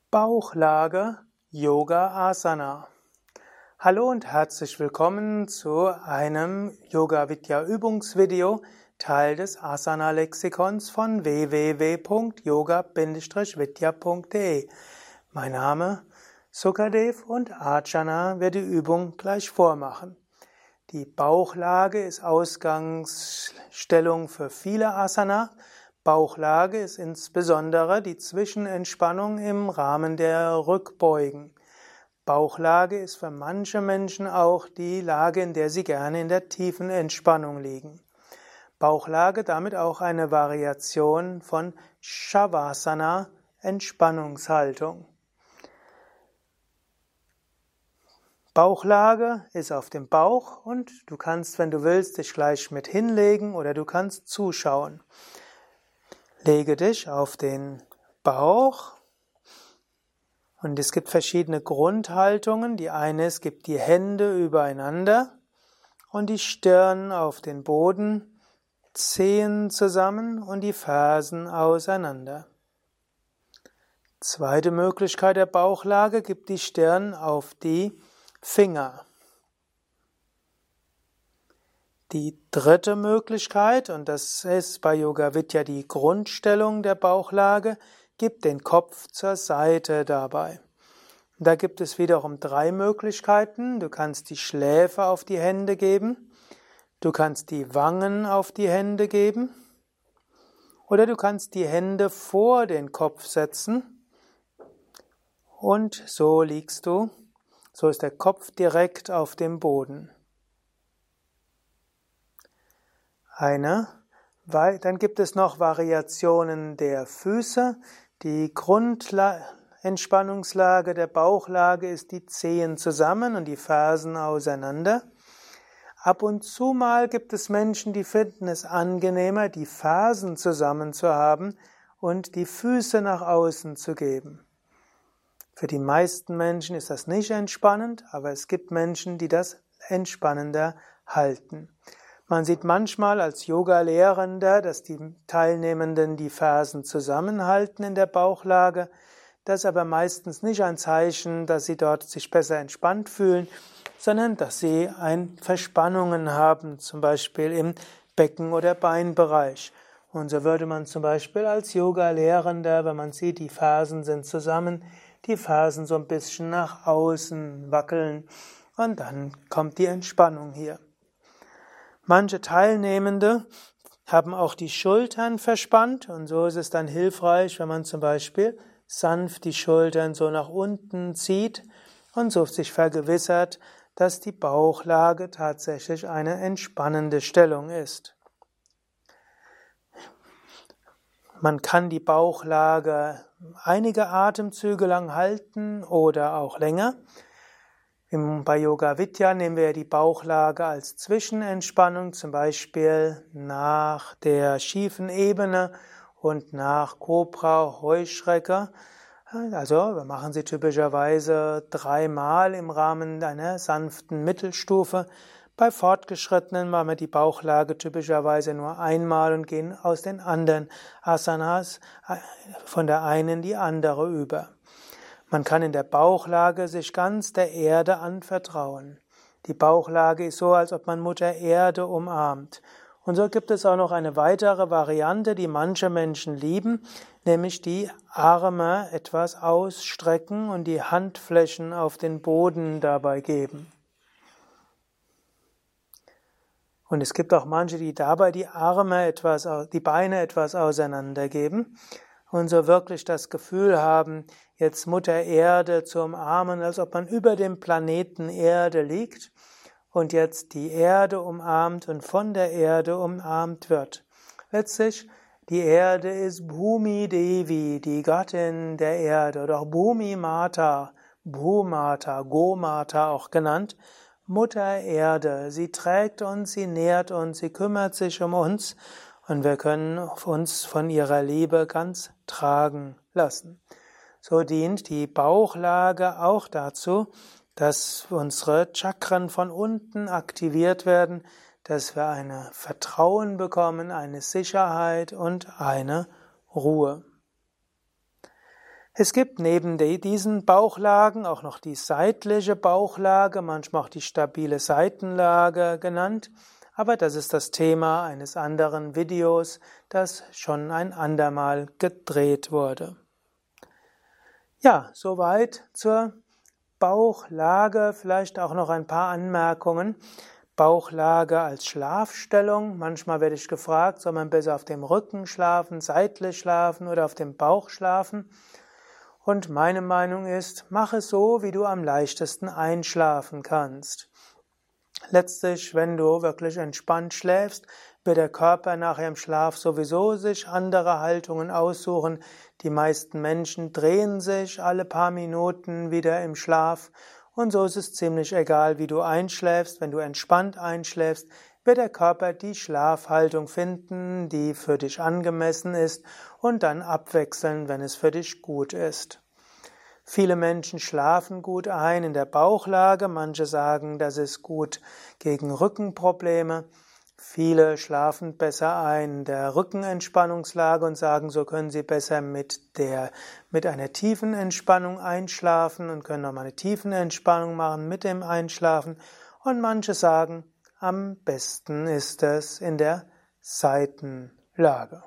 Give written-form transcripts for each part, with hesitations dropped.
Bauchlage Yoga Asana. Hallo und herzlich willkommen zu einem Yoga Vidya Übungsvideo, Teil des Asana Lexikons von www.yoga-vidya.de. Mein Name Sukadev und Archana wird die Übung gleich vormachen. Die Bauchlage ist Ausgangsstellung für viele Asana. Bauchlage ist insbesondere die Zwischenentspannung im Rahmen der Rückbeugen. Bauchlage ist für manche Menschen auch die Lage, in der sie gerne in der tiefen Entspannung liegen. Bauchlage damit auch eine Variation von Shavasana, Entspannungshaltung. Bauchlage ist auf dem Bauch und du kannst, wenn du willst, dich gleich mit hinlegen oder du kannst zuschauen. Lege dich auf den Bauch und es gibt verschiedene Grundhaltungen. Die eine ist, gib die Hände übereinander und die Stirn auf den Boden, Zehen zusammen und die Fersen auseinander. Zweite Möglichkeit der Bauchlage, gib die Stirn auf die Finger. Die dritte Möglichkeit, und das ist bei Yoga Vidya die Grundstellung der Bauchlage, gib den Kopf zur Seite dabei. Da gibt es wiederum drei Möglichkeiten. Du kannst die Schläfe auf die Hände geben, du kannst die Wangen auf die Hände geben oder du kannst die Hände vor den Kopf setzen und so liegst du, so ist der Kopf direkt auf dem Boden. Dann gibt es noch Variationen der Füße. Die Grundentspannungslage der Bauchlage ist die Zehen zusammen und die Fersen auseinander. Ab und zu mal gibt es Menschen, die finden es angenehmer, die Fersen zusammen zu haben und die Füße nach außen zu geben. Für die meisten Menschen ist das nicht entspannend, aber es gibt Menschen, die das entspannender halten. Man sieht manchmal als Yoga-Lehrender, dass die Teilnehmenden die Fersen zusammenhalten in der Bauchlage. Das ist aber meistens nicht ein Zeichen, dass sie dort sich besser entspannt fühlen, sondern dass sie Verspannungen haben, zum Beispiel im Becken- oder Beinbereich. Und so würde man zum Beispiel als Yoga-Lehrender, wenn man sieht, die Fersen sind zusammen, die Fersen so ein bisschen nach außen wackeln und dann kommt die Entspannung hier. Manche Teilnehmende haben auch die Schultern verspannt und so ist es dann hilfreich, wenn man zum Beispiel sanft die Schultern so nach unten zieht und so sich vergewissert, dass die Bauchlage tatsächlich eine entspannende Stellung ist. Man kann die Bauchlage einige Atemzüge lang halten oder auch länger. Bei Yoga Vidya nehmen wir die Bauchlage als Zwischenentspannung, zum Beispiel nach der schiefen Ebene und nach Kobra, Heuschrecke. Also wir machen sie typischerweise 3-mal im Rahmen einer sanften Mittelstufe. Bei Fortgeschrittenen machen wir die Bauchlage typischerweise nur einmal und gehen aus den anderen Asanas von der einen in die andere über. Man kann in der Bauchlage sich ganz der Erde anvertrauen. Die Bauchlage ist so, als ob man Mutter Erde umarmt. Und so gibt es auch noch eine weitere Variante, die manche Menschen lieben, nämlich die Arme etwas ausstrecken und die Handflächen auf den Boden dabei geben. Und es gibt auch manche, die dabei die Beine etwas auseinandergeben und so wirklich das Gefühl haben, jetzt Mutter Erde zu umarmen, als ob man über dem Planeten Erde liegt und jetzt die Erde umarmt und von der Erde umarmt wird. Letztlich, die Erde ist Bhumi Devi, die Gattin der Erde, oder auch Bhumi Mata, Bhumata, Gomata auch genannt, Mutter Erde. Sie trägt uns, sie nährt uns, sie kümmert sich um uns und wir können uns von ihrer Liebe ganz tragen lassen. So dient die Bauchlage auch dazu, dass unsere Chakren von unten aktiviert werden, dass wir ein Vertrauen bekommen, eine Sicherheit und eine Ruhe. Es gibt neben diesen Bauchlagen auch noch die seitliche Bauchlage, manchmal auch die stabile Seitenlage genannt, aber das ist das Thema eines anderen Videos, das schon ein andermal gedreht wurde. Ja, soweit zur Bauchlage, vielleicht auch noch ein paar Anmerkungen. Bauchlage als Schlafstellung. Manchmal werde ich gefragt, soll man besser auf dem Rücken schlafen, seitlich schlafen oder auf dem Bauch schlafen? Und meine Meinung ist, mach es so, wie du am leichtesten einschlafen kannst. Letztlich, wenn du wirklich entspannt schläfst, wird der Körper nachher im Schlaf sowieso sich andere Haltungen aussuchen. Die meisten Menschen drehen sich alle paar Minuten wieder im Schlaf. Und so ist es ziemlich egal, wie du einschläfst. Wenn du entspannt einschläfst, wird der Körper die Schlafhaltung finden, die für dich angemessen ist, und dann abwechseln, wenn es für dich gut ist. Viele Menschen schlafen gut ein in der Bauchlage, manche sagen, das ist gut gegen Rückenprobleme. Viele schlafen besser ein in der Rückenentspannungslage und sagen, so können sie besser mit einer tiefen Entspannung einschlafen und können nochmal eine tiefen Entspannung machen mit dem Einschlafen. Und manche sagen, am besten ist es in der Seitenlage.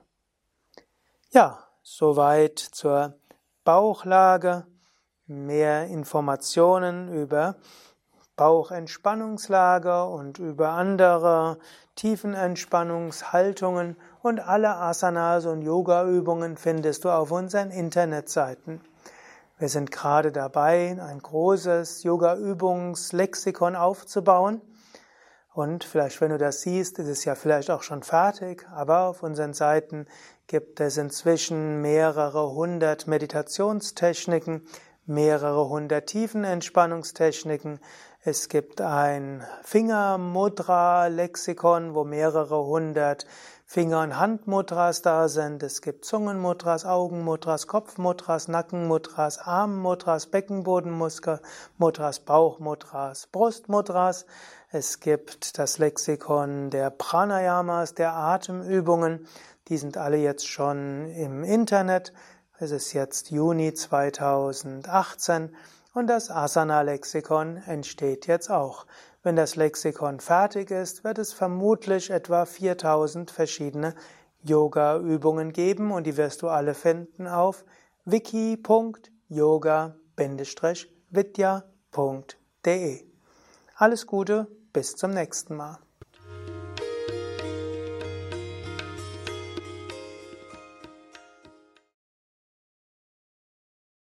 Ja, soweit zur Bauchlage. Mehr Informationen über Bauchentspannungslage und über andere Tiefenentspannungshaltungen und alle Asanas und Yoga-Übungen findest du auf unseren Internetseiten. Wir sind gerade dabei, ein großes Yoga-Übungslexikon aufzubauen. Und vielleicht, wenn du das siehst, ist es ja vielleicht auch schon fertig, aber auf unseren Seiten gibt es inzwischen mehrere hundert Meditationstechniken, mehrere hundert Tiefenentspannungstechniken. Es gibt ein Fingermudra-Lexikon, wo mehrere hundert Finger- und Handmudras da sind. Es gibt Zungenmudras, Augenmudras, Kopfmudras, Nackenmudras, Armmudras, Beckenbodenmudras, Bauchmudras, Brustmudras. Es gibt das Lexikon der Pranayamas, der Atemübungen. Die sind alle jetzt schon im Internet. Es ist jetzt Juni 2018 und das Asana-Lexikon entsteht jetzt auch. Wenn das Lexikon fertig ist, wird es vermutlich etwa 4000 verschiedene Yoga-Übungen geben und die wirst du alle finden auf wiki.yoga-vidya.de. Alles Gute, bis zum nächsten Mal.